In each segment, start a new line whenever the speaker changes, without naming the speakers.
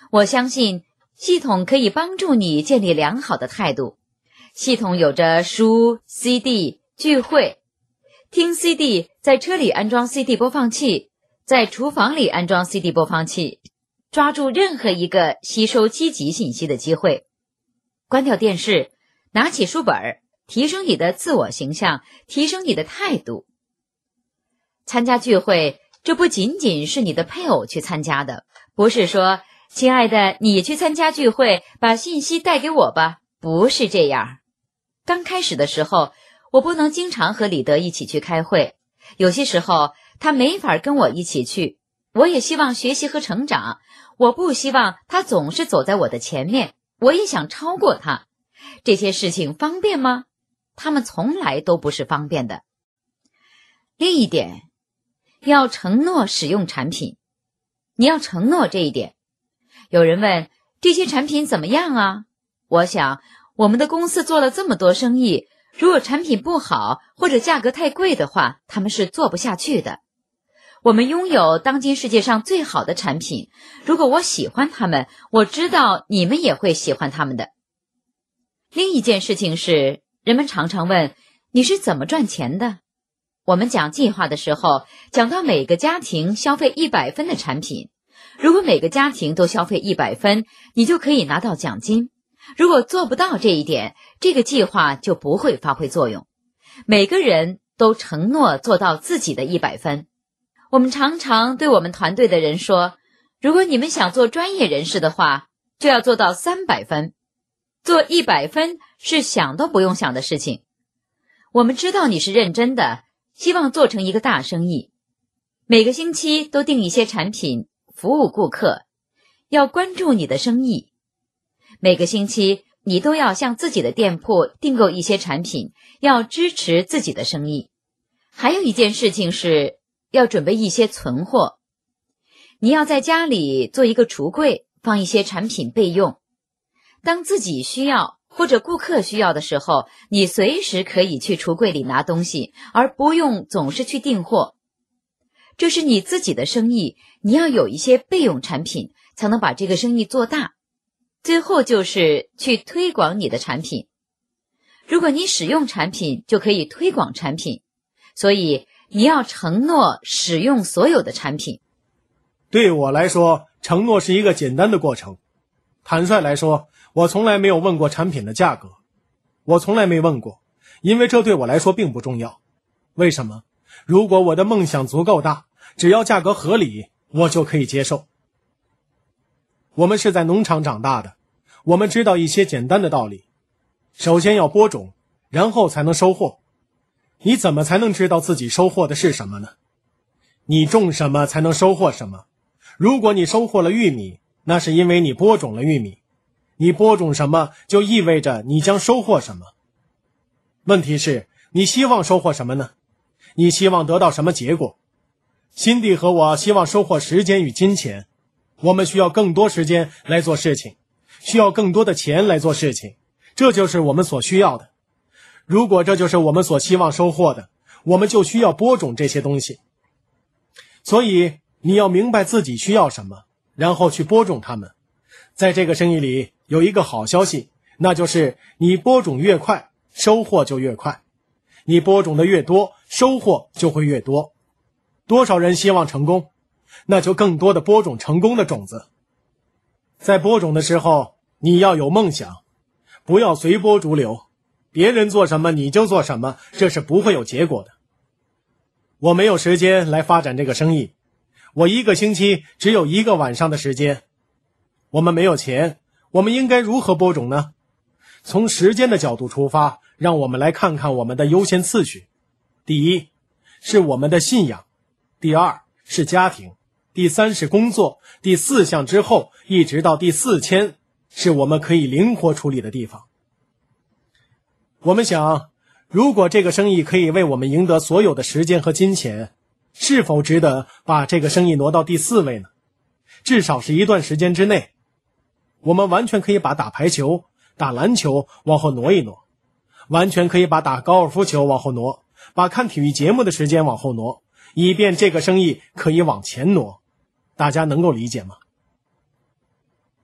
我相信系统可以帮助你建立良好的态度。系统有着书、CD、聚会。听 CD， 在车里安装 CD 播放器，在厨房里安装 CD 播放器，抓住任何一个吸收积极信息的机会。关掉电视，拿起书本，提升你的自我形象，提升你的态度。参加聚会，这不仅仅是你的配偶去参加的，不是说亲爱的你去参加聚会，把信息带给我吧，不是这样。刚开始的时候，我不能经常和李德一起去开会，有些时候他没法跟我一起去，我也希望学习和成长，我不希望他总是走在我的前面，我也想超过他。这些事情方便吗？他们从来都不是方便的。另一点，要承诺使用产品，你要承诺这一点。有人问，这些产品怎么样啊？我想，我们的公司做了这么多生意，如果产品不好或者价格太贵的话，他们是做不下去的。我们拥有当今世界上最好的产品，如果我喜欢他们，我知道你们也会喜欢他们的。另一件事情是，人们常常问，你是怎么赚钱的？我们讲计划的时候，讲到每个家庭消费100分的产品，如果每个家庭都消费100分，你就可以拿到奖金。如果做不到这一点，这个计划就不会发挥作用。每个人都承诺做到自己的100分。我们常常对我们团队的人说，如果你们想做专业人士的话，就要做到300分。做100分是想都不用想的事情。我们知道你是认真的，希望做成一个大生意。每个星期都订一些产品，服务顾客，要关注你的生意。每个星期你都要向自己的店铺订购一些产品，要支持自己的生意。还有一件事情是要准备一些存货。你要在家里做一个橱柜，放一些产品备用。当自己需要或者顾客需要的时候，你随时可以去橱柜里拿东西，而不用总是去订货。这是你自己的生意，你要有一些备用产品，才能把这个生意做大。最后就是去推广你的产品。如果你使用产品，就可以推广产品。所以你要承诺使用所有的产品。
对我来说，承诺是一个简单的过程。坦率来说，我从来没有问过产品的价格。我从来没问过，因为这对我来说并不重要。为什么？如果我的梦想足够大，只要价格合理，我就可以接受。我们是在农场长大的，我们知道一些简单的道理。首先要播种，然后才能收获。你怎么才能知道自己收获的是什么呢？你种什么才能收获什么。如果你收获了玉米，那是因为你播种了玉米。你播种什么，就意味着你将收获什么。问题是，你希望收获什么呢？你希望得到什么结果？辛迪和我希望收获时间与金钱。我们需要更多时间来做事情，需要更多的钱来做事情，这就是我们所需要的。如果这就是我们所希望收获的，我们就需要播种这些东西。所以你要明白自己需要什么，然后去播种它们。在这个生意里有一个好消息，那就是你播种越快，收获就越快。你播种的越多，收获就会越多。多少人希望成功？那就更多的播种成功的种子。在播种的时候，你要有梦想，不要随波逐流，别人做什么你就做什么，这是不会有结果的。我没有时间来发展这个生意，我一个星期只有1个晚上的时间。我们没有钱，我们应该如何播种呢？从时间的角度出发，让我们来看看我们的优先次序。第一，是我们的信仰；第二，是家庭；第三是工作；第4项之后，一直到第4000，是我们可以灵活处理的地方。我们想，如果这个生意可以为我们赢得所有的时间和金钱，是否值得把这个生意挪到第4位呢？至少是一段时间之内。我们完全可以把打排球、打篮球往后挪一挪，完全可以把打高尔夫球往后挪，把看体育节目的时间往后挪，以便这个生意可以往前挪。大家能够理解吗？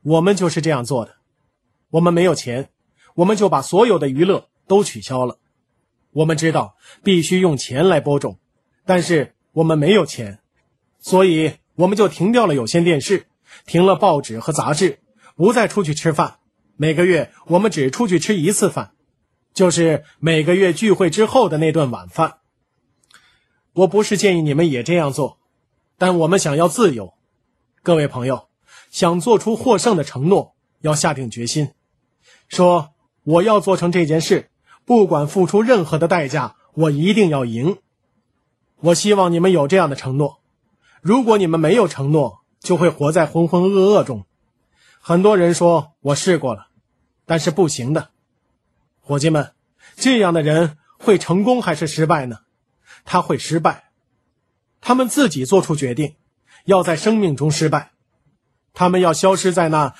我们就是这样做的。我们没有钱，我们就把所有的娱乐都取消了。我们知道必须用钱来播种，但是我们没有钱，所以我们就停掉了有线电视，停了报纸和杂志，不再出去吃饭。每个月我们只出去吃一次饭，就是每个月聚会之后的那顿晚饭。我不是建议你们也这样做，但我们想要自由。各位朋友，想做出获胜的承诺，要下定决心，说我要做成这件事，不管付出任何的代价，我一定要赢。我希望你们有这样的承诺。如果你们没有承诺，就会活在浑浑噩噩中。很多人说我试过了，但是不行的。伙计们，这样的人会成功还是失败呢？他会失败。他们自己做出决定，要在生命中失败。他们要消失在那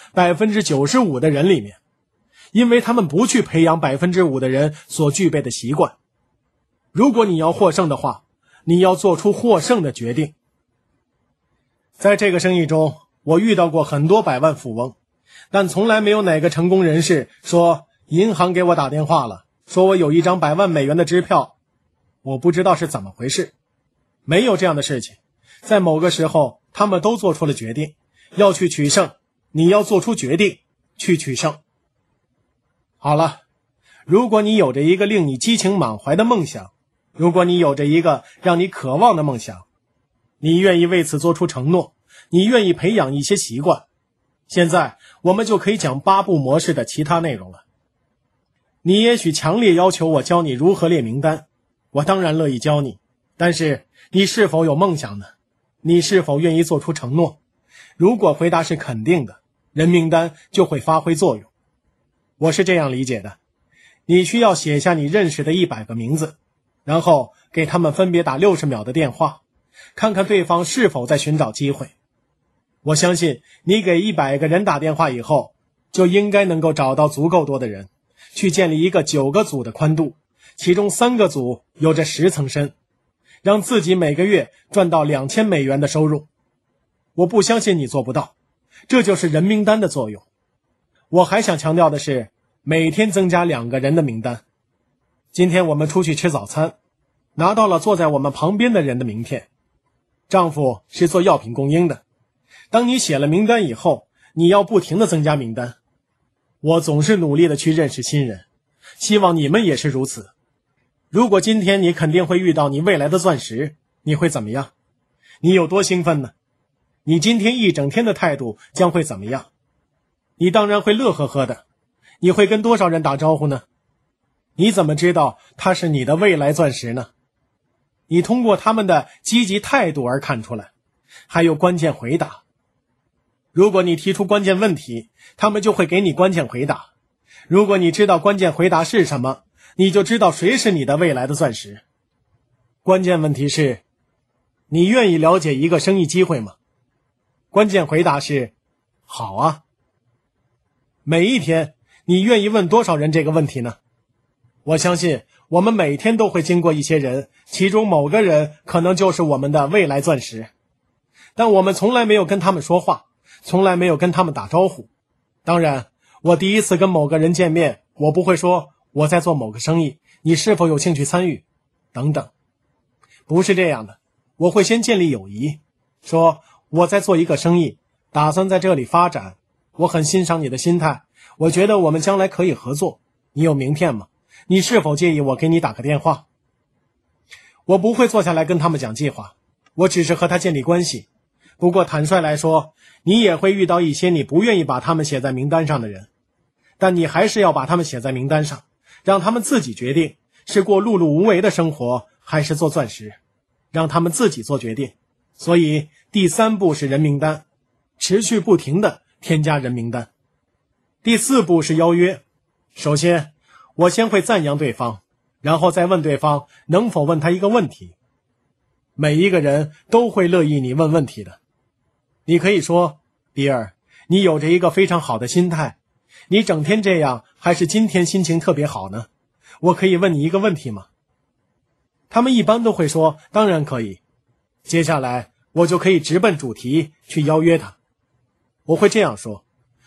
95% 的人里面，因为他们不去培养 5% 的人所具备的习惯。如果你要获胜的话，你要做出获胜的决定。在这个生意中，我遇到过很多百万富翁，但从来没有哪个成功人士说银行给我打电话了，说我有一张100万美元的支票。我不知道是怎么回事，没有这样的事情。在某个时候，他们都做出了决定，要去取胜。你要做出决定，去取胜。好了，如果你有着一个令你激情满怀的梦想，如果你有着一个让你渴望的梦想，你愿意为此做出承诺，你愿意培养一些习惯，现在我们就可以讲8步模式的其他内容了。你也许强烈要求我教你如何列名单，我当然乐意教你，但是你是否有梦想呢？你是否愿意做出承诺？如果回答是肯定的，人名单就会发挥作用。我是这样理解的，你需要写下你认识的100个名字，然后给他们分别打60秒的电话，看看对方是否在寻找机会。我相信你给100个人打电话以后，就应该能够找到足够多的人，去建立一个9个组的宽度，其中3个组有着10层深，让自己每个月赚到2000美元的收入。我不相信你做不到，这就是人名单的作用。我还想强调的是，每天增加2个人的名单。今天我们出去吃早餐，拿到了坐在我们旁边的人的名片。丈夫是做药品供应的。当你写了名单以后，你要不停地增加名单。我总是努力地去认识新人，希望你们也是如此。如果今天你肯定会遇到你未来的钻石，你会怎么样？你有多兴奋呢？你今天一整天的态度将会怎么样？你当然会乐呵呵的。你会跟多少人打招呼呢？你怎么知道他是你的未来钻石呢？你通过他们的积极态度而看出来，还有关键回答。如果你提出关键问题，他们就会给你关键回答。如果你知道关键回答是什么，你就知道谁是你的未来的钻石。关键问题是，你愿意了解一个生意机会吗？关键回答是，好啊。每一天，你愿意问多少人这个问题呢？我相信我们每天都会经过一些人，其中某个人可能就是我们的未来钻石，但我们从来没有跟他们说话，从来没有跟他们打招呼。当然，我第一次跟某个人见面，我不会说我在做某个生意，你是否有兴趣参与等等，不是这样的。我会先建立友谊，说我在做一个生意，打算在这里发展，我很欣赏你的心态，我觉得我们将来可以合作，你有名片吗？你是否介意我给你打个电话？我不会坐下来跟他们讲计划，我只是和他建立关系。不过坦率来说，你也会遇到一些你不愿意把他们写在名单上的人，但你还是要把他们写在名单上，让他们自己决定是过碌碌无为的生活还是做钻石，让他们自己做决定。所以第3步是人名单，持续不停地添加人名单。第4步是邀约。首先，我先会赞扬对方，然后再问对方能否问他一个问题。每一个人都会乐意你问问题的。你可以说，比尔，你有着一个非常好的心态，你整天这样还是今天心情特别好呢？我可以问你一个问题吗？他们一般都会说当然可以。接下来我就可以直奔主题去邀约他。我会这样说，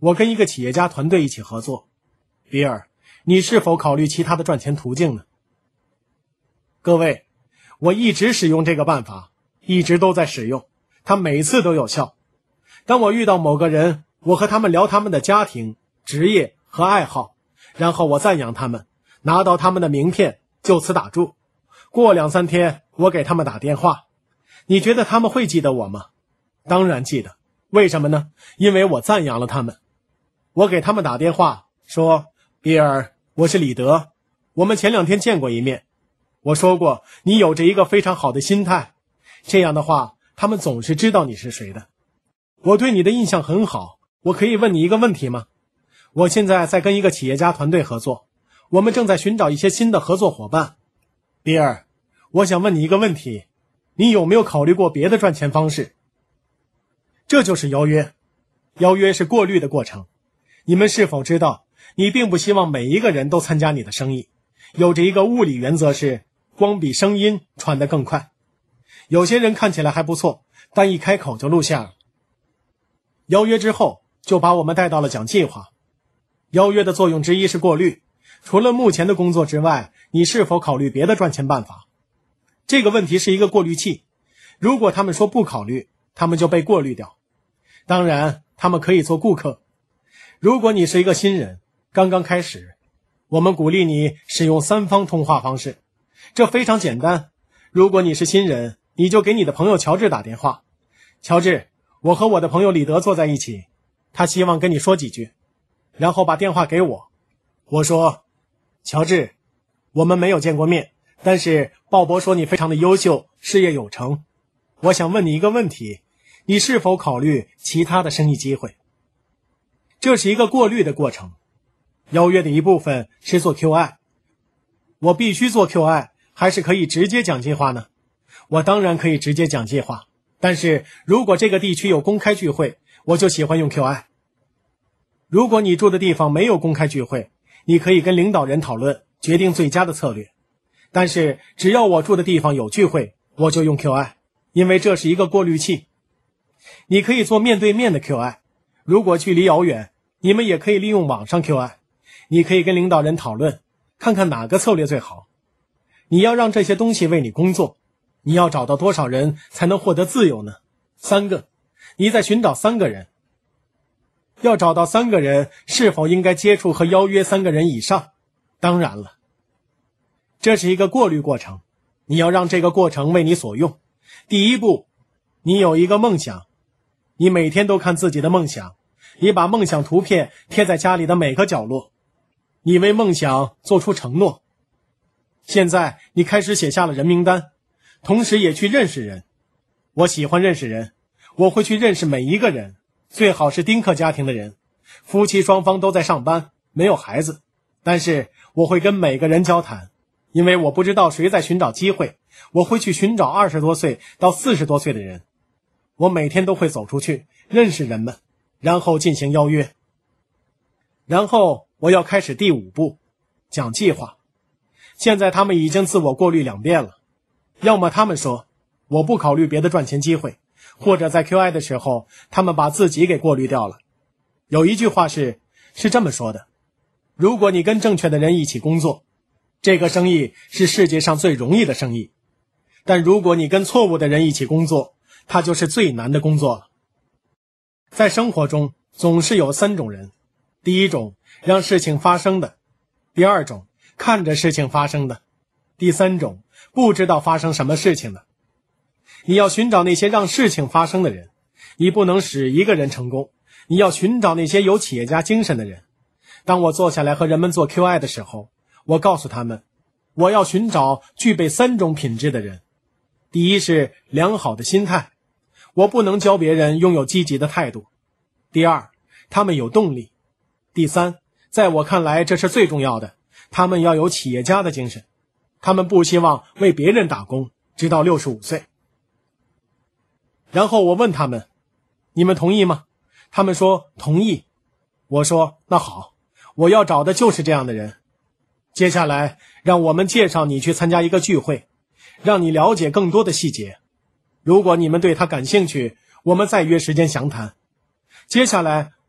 我跟一个企业家团队一起合作。比尔，你是否考虑其他的赚钱途径呢？各位，我一直使用这个办法，一直都在使用，它每次都有效。当我遇到某个人，我和他们聊他们的家庭、职业和爱好，然后我赞扬他们，拿到他们的名片，就此打住。过2-3天，我给他们打电话。你觉得他们会记得我吗？当然记得。为什么呢？因为我赞扬了他们。我给他们打电话说，比尔，我是李德，我们前2天见过一面。我说过你有着一个非常好的心态，这样的话他们总是知道你是谁的。我对你的印象很好，我可以问你一个问题吗？我现在在跟一个企业家团队合作，我们正在寻找一些新的合作伙伴。比尔，我想问你一个问题，你有没有考虑过别的赚钱方式？这就是邀约。邀约是过滤的过程。你们是否知道，你并不希望每一个人都参加你的生意，有着一个物理原则是，光比声音传得更快。有些人看起来还不错，但一开口就露馅了。邀约之后，就把我们带到了讲计划。邀约的作用之一是过滤，除了目前的工作之外，你是否考虑别的赚钱办法？这个问题是一个过滤器，如果他们说不考虑，他们就被过滤掉。当然，他们可以做顾客。如果你是一个新人，刚刚开始，我们鼓励你使用3方通话方式，这非常简单。如果你是新人，你就给你的朋友乔治打电话。乔治，我和我的朋友李德坐在一起，他希望跟你说几句，然后把电话给我。我说，乔治，我们没有见过面，但是鲍勃说你非常的优秀，事业有成。我想问你一个问题，你是否考虑其他的生意机会？这是一个过滤的过程。邀约的一部分是做 QI。我必须做 QI， 还是可以直接讲计划呢？我当然可以直接讲计划，但是如果这个地区有公开聚会，我就喜欢用 QI。如果你住的地方没有公开聚会，你可以跟领导人讨论，决定最佳的策略。但是只要我住的地方有聚会，我就用 QI， 因为这是一个过滤器。你可以做面对面的 QI， 如果距离遥远，你们也可以利用网上 QI。你可以跟领导人讨论，看看哪个策略最好。你要让这些东西为你工作，你要找到多少人才能获得自由呢？3个。你在寻找3个人。要找到3个人，是否应该接触和邀约3个人以上？当然了。这是一个过滤过程，你要让这个过程为你所用。第一步，你有一个梦想，你每天都看自己的梦想，你把梦想图片贴在家里的每个角落，你为梦想做出承诺。现在你开始写下了人名单，同时也去认识人。我喜欢认识人，我会去认识每一个人，最好是丁克家庭的人，夫妻双方都在上班，没有孩子，但是我会跟每个人交谈，因为我不知道谁在寻找机会，我会去寻找20多岁到40多岁的人。我每天都会走出去认识人们，然后进行邀约。然后我要开始第5步，讲计划。现在他们已经自我过滤2遍了，要么他们说我不考虑别的赚钱机会，或者在 QI 的时候他们把自己给过滤掉了。有一句话是这么说的，如果你跟正确的人一起工作，这个生意是世界上最容易的生意，但如果你跟错误的人一起工作，它就是最难的工作了。在生活中总是有3种人，第一种让事情发生的，第二种看着事情发生的，第三种不知道发生什么事情的。你要寻找那些让事情发生的人，你不能使一个人成功，你要寻找那些有企业家精神的人。当我坐下来和人们做 QI 的时候，我告诉他们，我要寻找具备3种品质的人。第一是良好的心态，我不能教别人拥有积极的态度。第二，他们有动力。第三，在我看来这是最重要的，他们要有企业家的精神，他们不希望为别人打工直到65岁。然后我问他们，你们同意吗？他们说同意。我说那好，我要找的就是这样的人。接下来让我们介绍你去参加一个聚会，让你了解更多的细节。如果你们对他感兴趣，我们再约时间详谈。接下来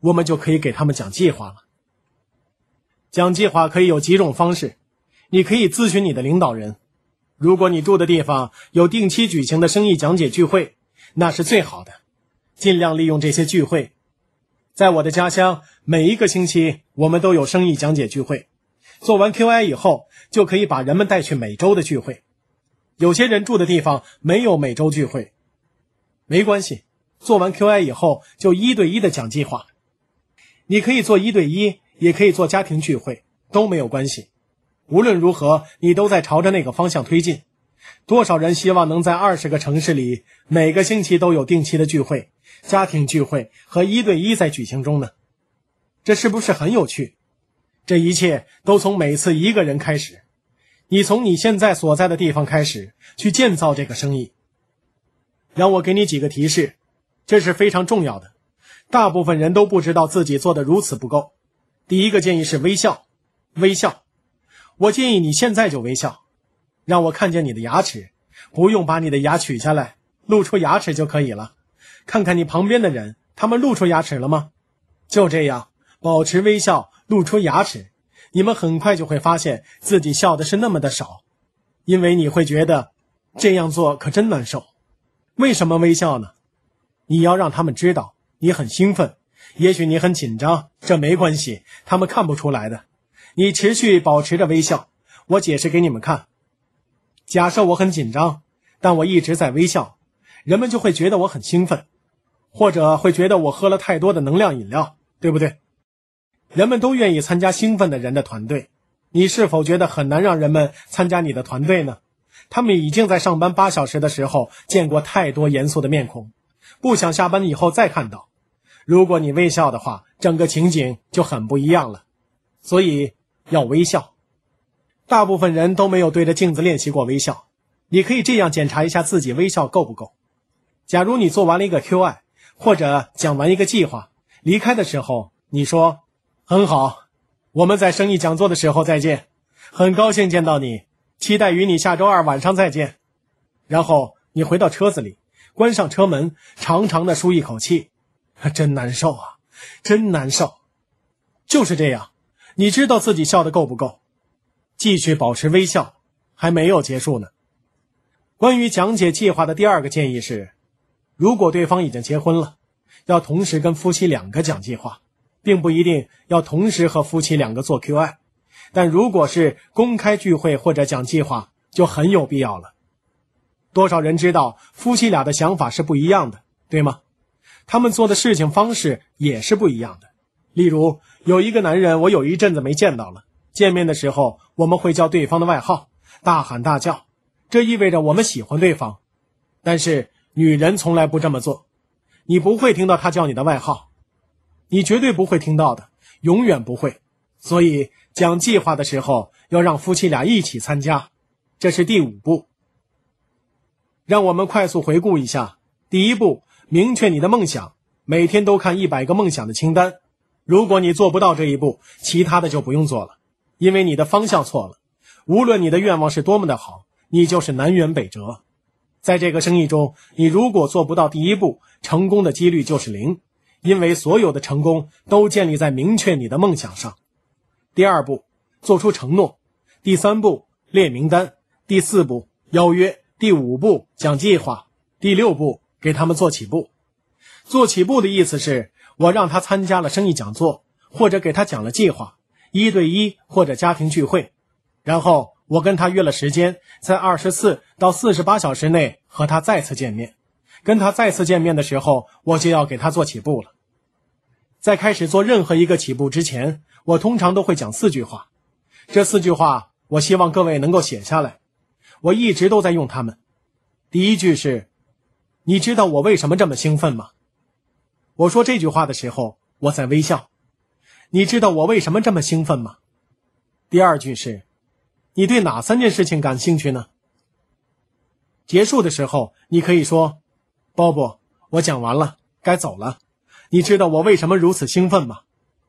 我们就可以给他们讲计划了。讲计划可以有几种方式，你可以咨询你的领导人。如果你住的地方有定期举行的生意讲解聚会，那是最好的，尽量利用这些聚会。在我的家乡，每一个星期我们都有生意讲解聚会，做完 QI 以后就可以把人们带去每周的聚会。有些人住的地方没有每周聚会，没关系，做完 QI 以后就1对1的讲计划。你可以做1对1，也可以做家庭聚会，都没有关系。无论如何，你都在朝着那个方向推进。多少人希望能在20个城市里，每个星期都有定期的聚会、家庭聚会和1对1在举行中呢？这是不是很有趣？这一切都从每次一个人开始。你从你现在所在的地方开始，去建造这个生意。让我给你几个提示，这是非常重要的。大部分人都不知道自己做得如此不够。第一个建议是微笑。微笑。我建议你现在就微笑，让我看见你的牙齿，不用把你的牙取下来，露出牙齿就可以了。看看你旁边的人，他们露出牙齿了吗？就这样，保持微笑，露出牙齿，你们很快就会发现自己笑的是那么的少，因为你会觉得这样做可真难受。为什么微笑呢？你要让他们知道你很兴奋，也许你很紧张，这没关系，他们看不出来的。你持续保持着微笑。我解释给你们看。假设我很紧张，但我一直在微笑，人们就会觉得我很兴奋，或者会觉得我喝了太多的能量饮料，对不对？人们都愿意参加兴奋的人的团队。你是否觉得很难让人们参加你的团队呢？他们已经在上班8小时的时候见过太多严肃的面孔，不想下班以后再看到。如果你微笑的话，整个情景就很不一样了。所以要微笑。大部分人都没有对着镜子练习过微笑，你可以这样检查一下自己微笑够不够。假如你做完了一个 QI， 或者讲完一个计划，离开的时候你说很好，我们在生意讲座的时候再见，很高兴见到你，期待与你下周2晚上再见。然后你回到车子里，关上车门，长长的舒一口气，真难受啊，真难受。就是这样，你知道自己笑得够不够？继续保持微笑，还没有结束呢。关于讲解计划的第2个建议是，如果对方已经结婚了，要同时跟夫妻2个讲计划，并不一定要同时和夫妻2个做 QI， 但如果是公开聚会或者讲计划，就很有必要了。多少人知道夫妻俩的想法是不一样的，对吗？他们做的事情方式也是不一样的。例如，有一个男人我有一阵子没见到了，见面的时候我们会叫对方的外号，大喊大叫，这意味着我们喜欢对方。但是女人从来不这么做，你不会听到她叫你的外号，你绝对不会听到的，永远不会。所以讲计划的时候要让夫妻俩一起参加，这是第5步。让我们快速回顾一下。第1步，明确你的梦想，每天都看100个梦想的清单。如果你做不到这一步，其他的就不用做了，因为你的方向错了。无论你的愿望是多么的好，你就是南辕北辙。在这个生意中，你如果做不到第1步，成功的几率就是0，因为所有的成功都建立在明确你的梦想上。第2步，做出承诺。第3步，列名单。第4步，邀约。第5步，讲计划。第6步，给他们做起步。做起步的意思是，我让他参加了生意讲座，或者给他讲了计划，1对1或者家庭聚会，然后我跟他约了时间，在24到48小时内和他再次见面。跟他再次见面的时候，我就要给他做起步了。在开始做任何一个起步之前，我通常都会讲4句话。这4句话我希望各位能够写下来，我一直都在用它们。第1句是，你知道我为什么这么兴奋吗？我说这句话的时候，我在微笑。你知道我为什么这么兴奋吗？第2句是，你对哪3件事情感兴趣呢？结束的时候，你可以说，Bob，我讲完了，该走了。你知道我为什么如此兴奋吗？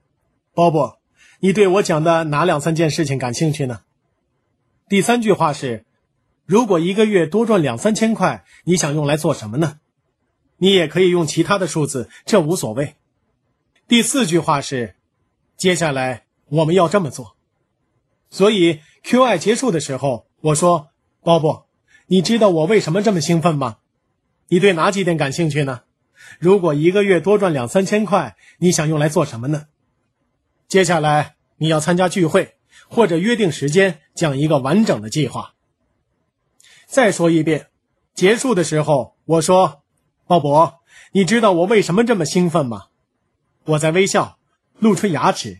Bob，你对我讲的哪2、3件事情感兴趣呢？第3句话是，如果1个月多赚2、3千块，你想用来做什么呢？你也可以用其他的数字，这无所谓。 第4句话是，接下来我们要这么做。所以 QI 结束的时候，我说，Bob，你知道我为什么这么兴奋吗？你对哪几点感兴趣呢？如果1个月多赚2-3千块，你想用来做什么呢？接下来你要参加聚会，或者约定时间讲一个完整的计划。再说一遍，结束的时候我说，鲍勃，你知道我为什么这么兴奋吗？我在微笑，露出牙齿，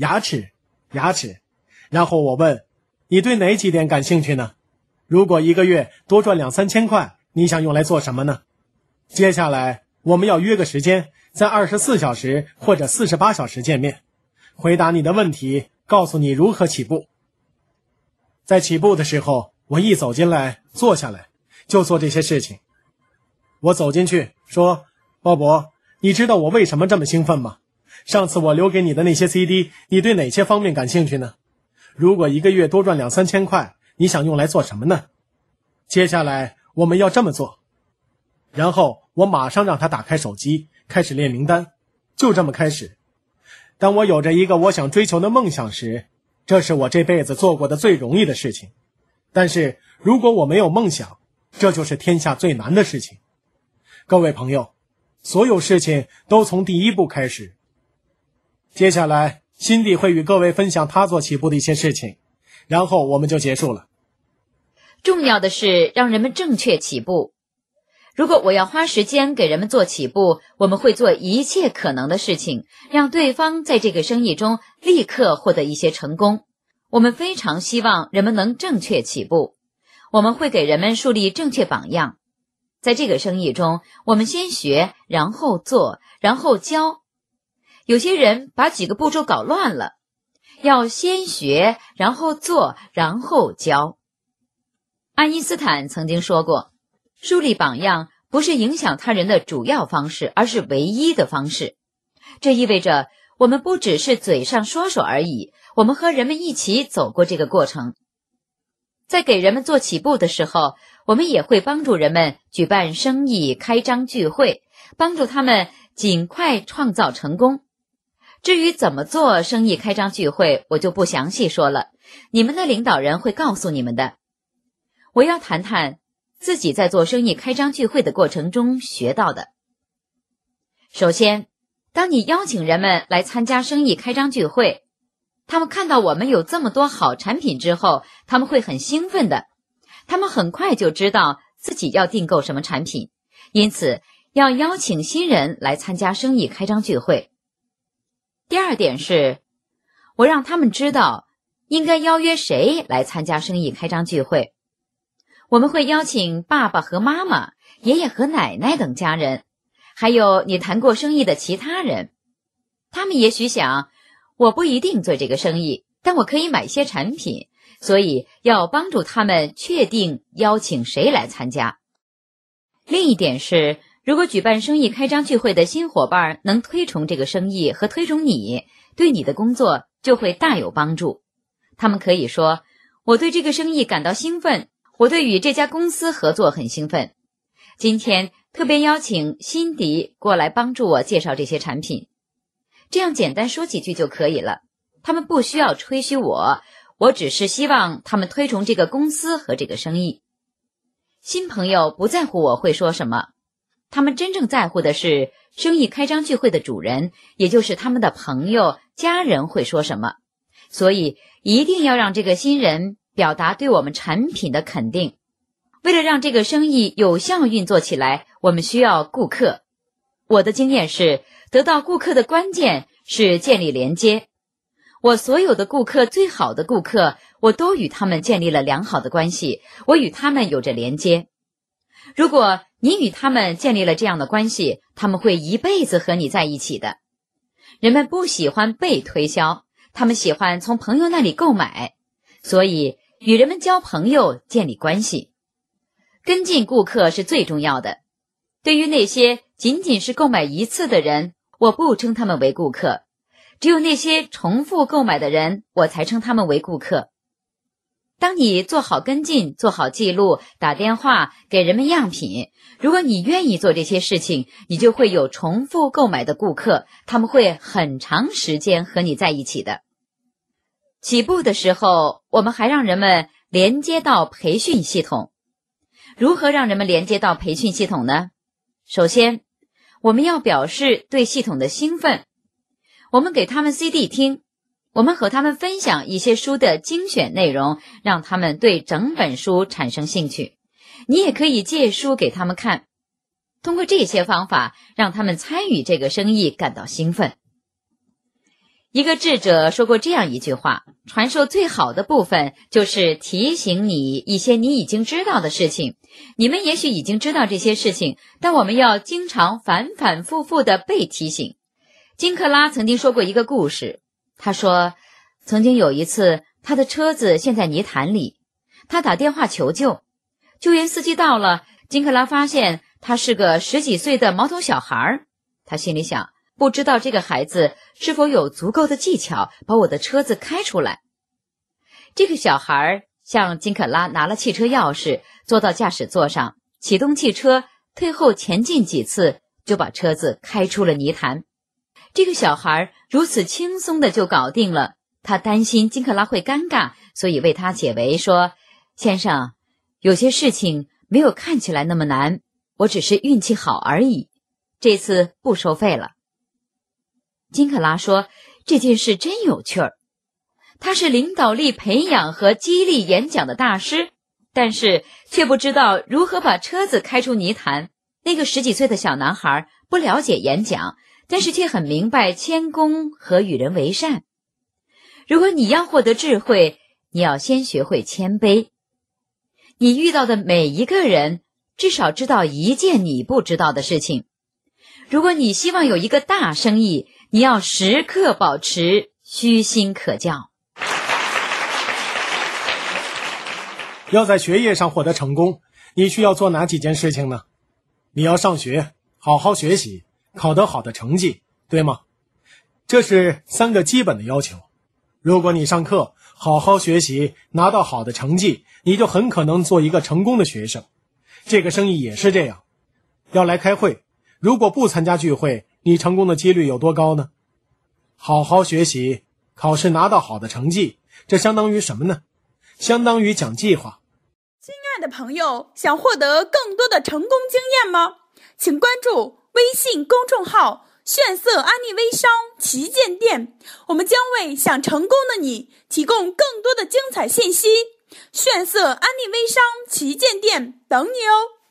然后我问，你对哪几点感兴趣呢？如果1个月多赚2-3千块，你想用来做什么呢？接下来我们要约个时间，在24小时或者48小时见面，回答你的问题，告诉你如何起步。在起步的时候，我一走进来，坐下来，就做这些事情。我走进去说，鲍勃，你知道我为什么这么兴奋吗？上次我留给你的那些 CD， 你对哪些方面感兴趣呢？如果1个月多赚2-3千块，你想用来做什么呢？接下来我们要这么做。然后我马上让他打开手机，开始列名单，就这么开始。当我有着一个我想追求的梦想时，这是我这辈子做过的最容易的事情。但是如果我没有梦想，这就是天下最难的事情。各位朋友，所有事情都从第1步开始。接下来辛迪会与各位分享他做起步的一些事情，然后我们就结束了。
重要的是让人们正确起步。如果我要花时间给人们做起步，我们会做一切可能的事情，让对方在这个生意中立刻获得一些成功。我们非常希望人们能正确起步，我们会给人们树立正确榜样。在这个生意中，我们先学，然后做，然后教。有些人把几个步骤搞乱了，要先学，然后做，然后教。爱因斯坦曾经说过，树立榜样不是影响他人的主要方式，而是唯一的方式。这意味着我们不只是嘴上说说而已，我们和人们一起走过这个过程。在给人们做起步的时候，我们也会帮助人们举办生意开张聚会，帮助他们尽快创造成功。至于怎么做生意开张聚会，我就不详细说了，你们的领导人会告诉你们的。我要谈谈自己在做生意开张聚会的过程中学到的。首先，当你邀请人们来参加生意开张聚会，他们看到我们有这么多好产品之后，他们会很兴奋的。他们很快就知道自己要订购什么产品，因此要邀请新人来参加生意开张聚会。第二点是，我让他们知道应该邀约谁来参加生意开张聚会。我们会邀请爸爸和妈妈、爷爷和奶奶等家人，还有你谈过生意的其他人。他们也许想，我不一定做这个生意，但我可以买些产品，所以要帮助他们确定邀请谁来参加。另一点是，如果举办生意开张聚会的新伙伴能推崇这个生意和推崇你，对你的工作就会大有帮助。他们可以说，我对这个生意感到兴奋，我对与这家公司合作很兴奋。今天特别邀请辛迪过来帮助我介绍这些产品。这样简单说几句就可以了。他们不需要吹嘘我只是希望他们推崇这个公司和这个生意。新朋友不在乎我会说什么，他们真正在乎的是生意开张聚会的主人，也就是他们的朋友、家人会说什么。所以一定要让这个新人表达对我们产品的肯定。为了让这个生意有效运作起来，我们需要顾客。我的经验是，得到顾客的关键是建立连接。我所有的顾客，最好的顾客，我都与他们建立了良好的关系，我与他们有着连接。如果你与他们建立了这样的关系，他们会一辈子和你在一起的。人们不喜欢被推销，他们喜欢从朋友那里购买，所以与人们交朋友，建立关系。跟进顾客是最重要的。对于那些仅仅是购买一次的人，我不称他们为顾客。只有那些重复购买的人，我才称他们为顾客。 当你做好跟进，做好记录，打电话给人们样品，如果你愿意做这些事情，你就会有重复购买的顾客，他们会很长时间和你在一起的。起步的时候，我们还让人们连接到培训系统。如何让人们连接到培训系统呢？首先，我们要表示对系统的兴奋。我们给他们 CD 听，我们和他们分享一些书的精选内容，让他们对整本书产生兴趣。你也可以借书给他们看，通过这些方法让他们参与这个生意感到兴奋。一个智者说过这样一句话，传授最好的部分就是提醒你一些你已经知道的事情。你们也许已经知道这些事情，但我们要经常反反复复地被提醒。金克拉曾经说过一个故事，他说曾经有一次他的车子陷在泥潭里，他打电话求救，救援司机到了，金克拉发现他是个10几岁的毛头小孩。他心里想，不知道这个孩子是否有足够的技巧把我的车子开出来。这个小孩向金克拉拿了汽车钥匙，坐到驾驶座上，启动汽车，退后前进几次，就把车子开出了泥潭。这个小孩如此轻松的就搞定了，他担心金克拉会尴尬，所以为他解围说，先生，有些事情没有看起来那么难，我只是运气好而已，这次不收费了。金克拉说，这件事真有趣儿。他是领导力培养和激励演讲的大师，但是却不知道如何把车子开出泥潭。那个10几岁的小男孩不了解演讲，但是却很明白谦恭和与人为善。如果你要获得智慧，你要先学会谦卑。你遇到的每一个人至少知道一件你不知道的事情。如果你希望有一个大生意，你要时刻保持虚心可教。
要在学业上获得成功，你需要做哪几件事情呢？你要上学，好好学习，考得好的成绩，对吗？这是3个基本的要求。如果你上课，好好学习，拿到好的成绩，你就很可能做一个成功的学生。这个生意也是这样。要来开会，如果不参加聚会，你成功的几率有多高呢？好好学习，考试拿到好的成绩，这相当于什么呢？相当于讲计划。
亲爱的朋友，想获得更多的成功经验吗？请关注微信公众号炫色安利微商旗舰店，我们将为想成功的你提供更多的精彩信息。炫色安利微商旗舰店等你哦。